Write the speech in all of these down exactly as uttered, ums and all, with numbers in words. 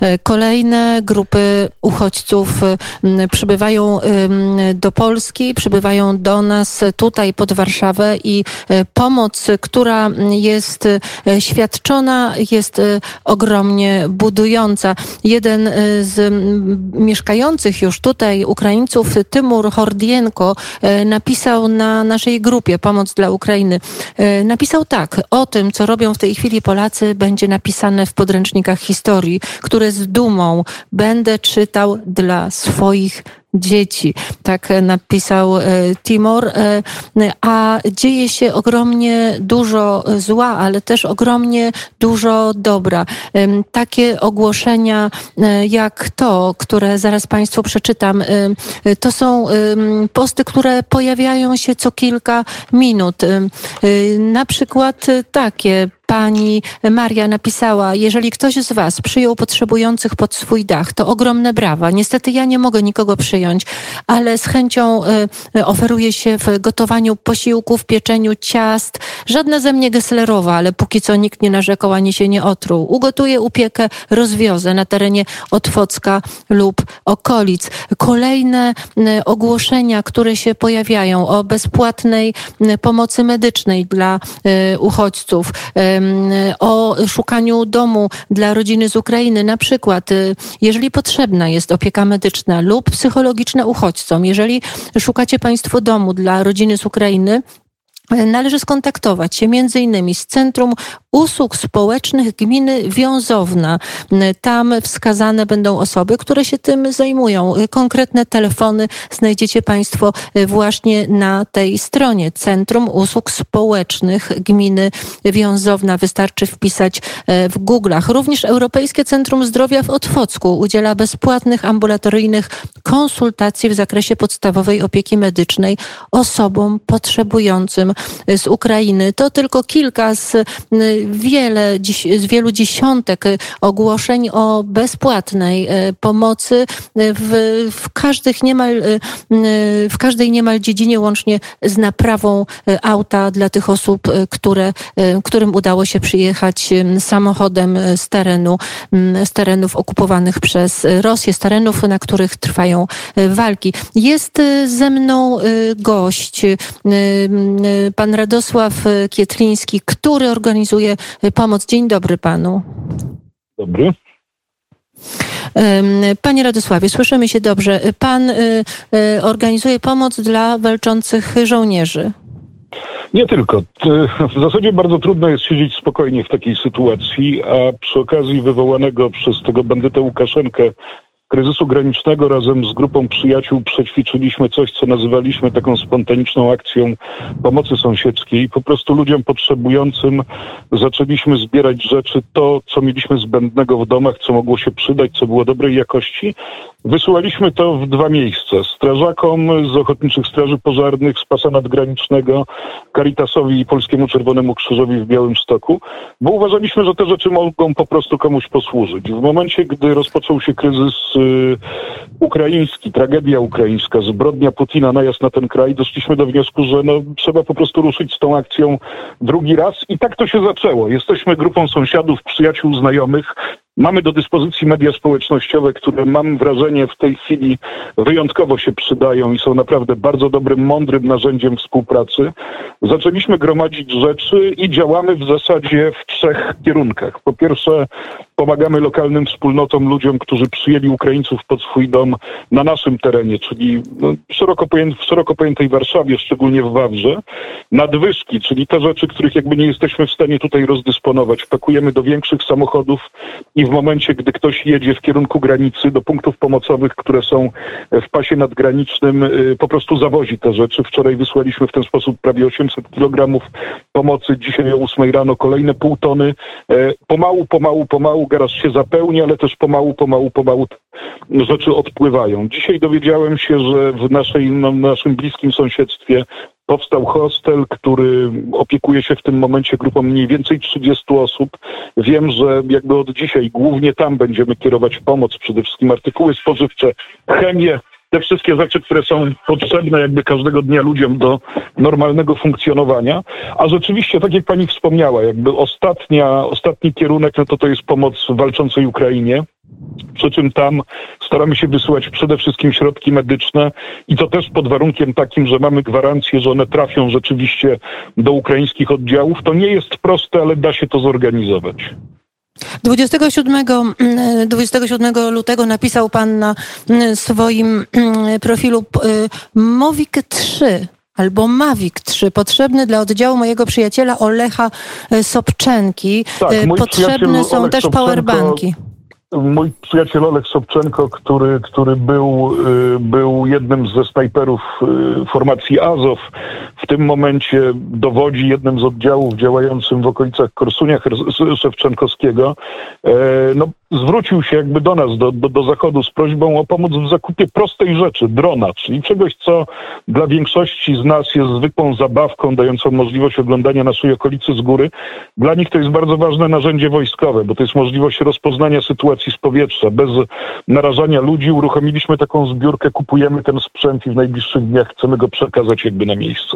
Kolejne grupy uchodźców przybywają do Polski, przybywają do nas tutaj pod Warszawę i pomoc, która jest świadczona, jest ogromnie budująca. Jeden z mieszkających już tutaj Ukraińców, Tymur Hordienko, napisał na naszej grupie Pomoc dla Ukrainy. Napisał tak: o tym, co robią w tej chwili Polacy, będzie napisane w podręcznikach historii, które z dumą będę czytał dla swoich dzieci. Tak napisał Timur, a dzieje się ogromnie dużo zła, ale też ogromnie dużo dobra. Takie ogłoszenia jak to, które zaraz Państwu przeczytam, to są posty, które pojawiają się co kilka minut. Na przykład takie. Pani Maria napisała: jeżeli ktoś z Was przyjął potrzebujących pod swój dach, to ogromne brawa. Niestety ja nie mogę nikogo przyjąć, ale z chęcią y, oferuję się w gotowaniu posiłków, pieczeniu ciast. Żadna ze mnie Gesslerowa, ale póki co nikt nie narzekał ani się nie otruł. Ugotuję, upiekę, rozwiozę na terenie Otwocka lub okolic. Kolejne y, ogłoszenia, które się pojawiają o bezpłatnej y, pomocy medycznej dla y, uchodźców. Y, o szukaniu domu dla rodziny z Ukrainy. Na przykład, jeżeli potrzebna jest opieka medyczna lub psychologiczna uchodźcom, jeżeli szukacie Państwo domu dla rodziny z Ukrainy, należy skontaktować się między innymi z Centrum Usług Społecznych Gminy Wiązowna. Tam wskazane będą osoby, które się tym zajmują. Konkretne telefony znajdziecie Państwo właśnie na tej stronie. Centrum Usług Społecznych Gminy Wiązowna. Wystarczy wpisać w Google'ach. Również Europejskie Centrum Zdrowia w Otwocku udziela bezpłatnych ambulatoryjnych konsultacji w zakresie podstawowej opieki medycznej osobom potrzebującym z Ukrainy. To tylko kilka z wiele, z wielu dziesiątek ogłoszeń o bezpłatnej pomocy w, w każdych niemal, w każdej niemal dziedzinie, łącznie z naprawą auta dla tych osób, które, którym udało się przyjechać samochodem z terenu, z terenów okupowanych przez Rosję, z terenów, na których trwają walki. Jest ze mną gość, pan Radosław Kietliński, który organizuje pomoc. Dzień dobry panu. Dobry. Panie Radosławie, słyszymy się dobrze. Pan organizuje pomoc dla walczących żołnierzy. Nie tylko. W zasadzie bardzo trudno jest siedzieć spokojnie w takiej sytuacji, a przy okazji wywołanego przez tego bandytę Łukaszenkę kryzysu granicznego razem z grupą przyjaciół przećwiczyliśmy coś, co nazywaliśmy taką spontaniczną akcją pomocy sąsiedzkiej. Po prostu ludziom potrzebującym zaczęliśmy zbierać rzeczy, to co mieliśmy zbędnego w domach, co mogło się przydać, co było dobrej jakości. Wysyłaliśmy to w dwa miejsca. Strażakom z Ochotniczych Straży Pożarnych, z pasa nadgranicznego, Caritasowi i Polskiemu Czerwonemu Krzyżowi w Białymstoku, bo uważaliśmy, że te rzeczy mogą po prostu komuś posłużyć. W momencie, gdy rozpoczął się kryzys y, ukraiński, tragedia ukraińska, zbrodnia Putina, najazd na ten kraj, doszliśmy do wniosku, że no, trzeba po prostu ruszyć z tą akcją drugi raz i tak to się zaczęło. Jesteśmy grupą sąsiadów, przyjaciół, znajomych. Mamy do dyspozycji media społecznościowe, które, mam wrażenie, w tej chwili wyjątkowo się przydają i są naprawdę bardzo dobrym, mądrym narzędziem współpracy. Zaczęliśmy gromadzić rzeczy i działamy w zasadzie w trzech kierunkach. Po pierwsze, pomagamy lokalnym wspólnotom, ludziom, którzy przyjęli Ukraińców pod swój dom na naszym terenie, czyli no, szeroko pojętej, w szeroko pojętej Warszawie, szczególnie w Wawrze. Nadwyżki, czyli te rzeczy, których jakby nie jesteśmy w stanie tutaj rozdysponować, pakujemy do większych samochodów i w momencie, gdy ktoś jedzie w kierunku granicy do punktów pomocowych, które są w pasie nadgranicznym, po prostu zawozi te rzeczy. Wczoraj wysłaliśmy w ten sposób prawie osiemset kilogramów pomocy. Dzisiaj o ósmej rano kolejne pół tony. Pomału, pomału, pomału garaż się zapełni, ale też pomału, pomału, pomału rzeczy odpływają. Dzisiaj dowiedziałem się, że w naszej, no, naszym bliskim sąsiedztwie powstał hostel, który opiekuje się w tym momencie grupą mniej więcej trzydziestu osób. Wiem, że jakby od dzisiaj głównie tam będziemy kierować pomoc, przede wszystkim artykuły spożywcze, chemię, te wszystkie rzeczy, które są potrzebne jakby każdego dnia ludziom do normalnego funkcjonowania. A rzeczywiście, tak jak pani wspomniała, jakby ostatnia, ostatni kierunek, no to to jest pomoc walczącej Ukrainie. Przy czym tam staramy się wysyłać przede wszystkim środki medyczne i to też pod warunkiem takim, że mamy gwarancję, że one trafią rzeczywiście do ukraińskich oddziałów. To nie jest proste, ale da się to zorganizować. dwudziestego siódmego lutego napisał pan na swoim profilu Mowik trzy. Albo Mavic trzy, potrzebny dla oddziału mojego przyjaciela Olecha Sobczenki. Tak, potrzebne są Olek też Sobczenko... powerbanki. Mój przyjaciel Olek Sobczenko, który, który był, był jednym ze snajperów formacji Azow, w tym momencie dowodzi jednym z oddziałów działającym w okolicach Korsunia Szewczenkowskiego. No, zwrócił się jakby do nas, do, do, do Zachodu z prośbą o pomoc w zakupie prostej rzeczy, drona, czyli czegoś, co dla większości z nas jest zwykłą zabawką, dającą możliwość oglądania naszej okolicy z góry. Dla nich to jest bardzo ważne narzędzie wojskowe, bo to jest możliwość rozpoznania sytuacji z powietrza, bez narażania ludzi. Uruchomiliśmy taką zbiórkę, kupujemy ten sprzęt i w najbliższych dniach chcemy go przekazać jakby na miejsce.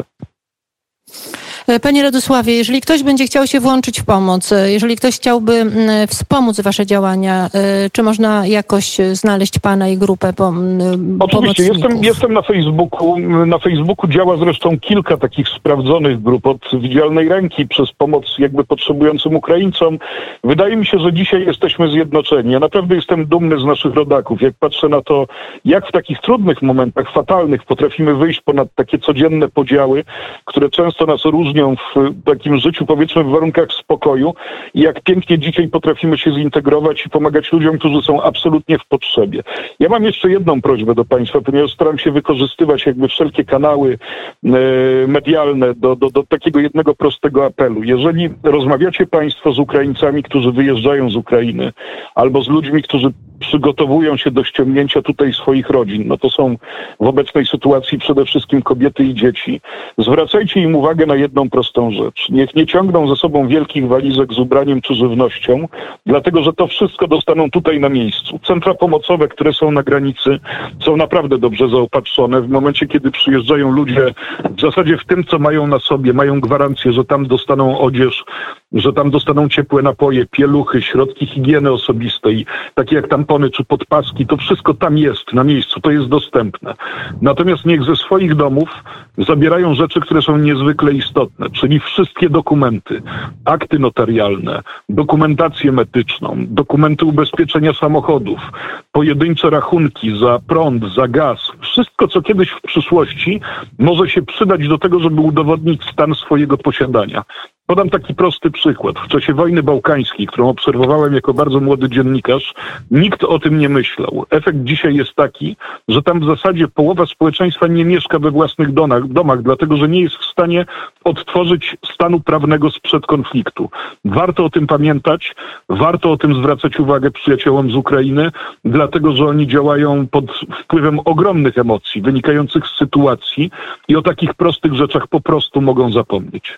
Panie Radosławie, jeżeli ktoś będzie chciał się włączyć w pomoc, jeżeli ktoś chciałby wspomóc wasze działania, czy można jakoś znaleźć pana i grupę pom- Oczywiście, jestem, jestem na Facebooku. Na Facebooku działa zresztą kilka takich sprawdzonych grup od Widzialnej Ręki przez pomoc jakby potrzebującym Ukraińcom. Wydaje mi się, że dzisiaj jesteśmy zjednoczeni. Ja naprawdę jestem dumny z naszych rodaków. Jak patrzę na to, jak w takich trudnych momentach, fatalnych potrafimy wyjść ponad takie codzienne podziały, które często nas różnią w takim życiu, powiedzmy, w warunkach spokoju i jak pięknie dzisiaj potrafimy się zintegrować i pomagać ludziom, którzy są absolutnie w potrzebie. Ja mam jeszcze jedną prośbę do państwa, ponieważ staram się wykorzystywać jakby wszelkie kanały e, medialne do, do, do takiego jednego prostego apelu. Jeżeli rozmawiacie państwo z Ukraińcami, którzy wyjeżdżają z Ukrainy, albo z ludźmi, którzy przygotowują się do ściągnięcia tutaj swoich rodzin, no to są w obecnej sytuacji przede wszystkim kobiety i dzieci. Zwracajcie im uwagę na jedną prostą rzecz. Niech nie ciągną ze sobą wielkich walizek z ubraniem czy żywnością, dlatego że to wszystko dostaną tutaj na miejscu. Centra pomocowe, które są na granicy, są naprawdę dobrze zaopatrzone. W momencie, kiedy przyjeżdżają ludzie, w zasadzie w tym, co mają na sobie, mają gwarancję, że tam dostaną odzież, że tam dostaną ciepłe napoje, pieluchy, środki higieny osobistej, takie jak tampony czy podpaski, to wszystko tam jest, na miejscu, to jest dostępne. Natomiast niech ze swoich domów zabierają rzeczy, które są niezwykle istotne, czyli wszystkie dokumenty, akty notarialne, dokumentację medyczną, dokumenty ubezpieczenia samochodów, pojedyncze rachunki za prąd, za gaz, wszystko, co kiedyś w przyszłości może się przydać do tego, żeby udowodnić stan swojego posiadania. Podam taki prosty przykład. W czasie wojny bałkańskiej, którą obserwowałem jako bardzo młody dziennikarz, nikt o tym nie myślał. Efekt dzisiaj jest taki, że tam w zasadzie połowa społeczeństwa nie mieszka we własnych domach, domach, dlatego że nie jest w stanie odtworzyć stanu prawnego sprzed konfliktu. Warto o tym pamiętać, warto o tym zwracać uwagę przyjaciołom z Ukrainy, dlatego że oni działają pod wpływem ogromnych emocji wynikających z sytuacji i o takich prostych rzeczach po prostu mogą zapomnieć.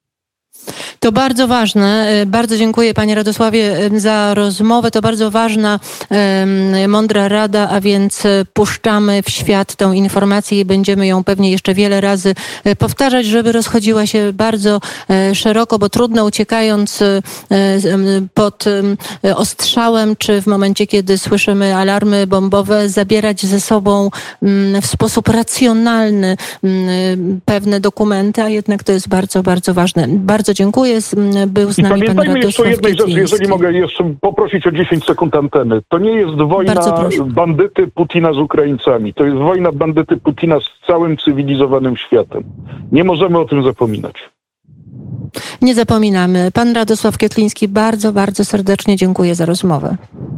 To bardzo ważne. Bardzo dziękuję panie Radosławie za rozmowę. To bardzo ważna, mądra rada, a więc puszczamy w świat tą informację i będziemy ją pewnie jeszcze wiele razy powtarzać, żeby rozchodziła się bardzo szeroko, bo trudno uciekając pod ostrzałem, czy w momencie, kiedy słyszymy alarmy bombowe, zabierać ze sobą w sposób racjonalny pewne dokumenty, a jednak to jest bardzo, bardzo ważne. Bardzo dziękuję. Był z nami I pamiętajmy pan jeszcze o jednej rzeczy, jeżeli mogę jeszcze poprosić o dziesięć sekund anteny. To nie jest wojna bandyty Putina z Ukraińcami. To jest wojna bandyty Putina z całym cywilizowanym światem. Nie możemy o tym zapominać. Nie zapominamy. Pan Radosław Kietliński, bardzo, bardzo serdecznie dziękuję za rozmowę.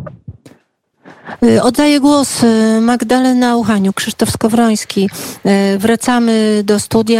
Oddaję głos Magdalena Uchaniuk, Krzysztof Skowroński. Wracamy do studia.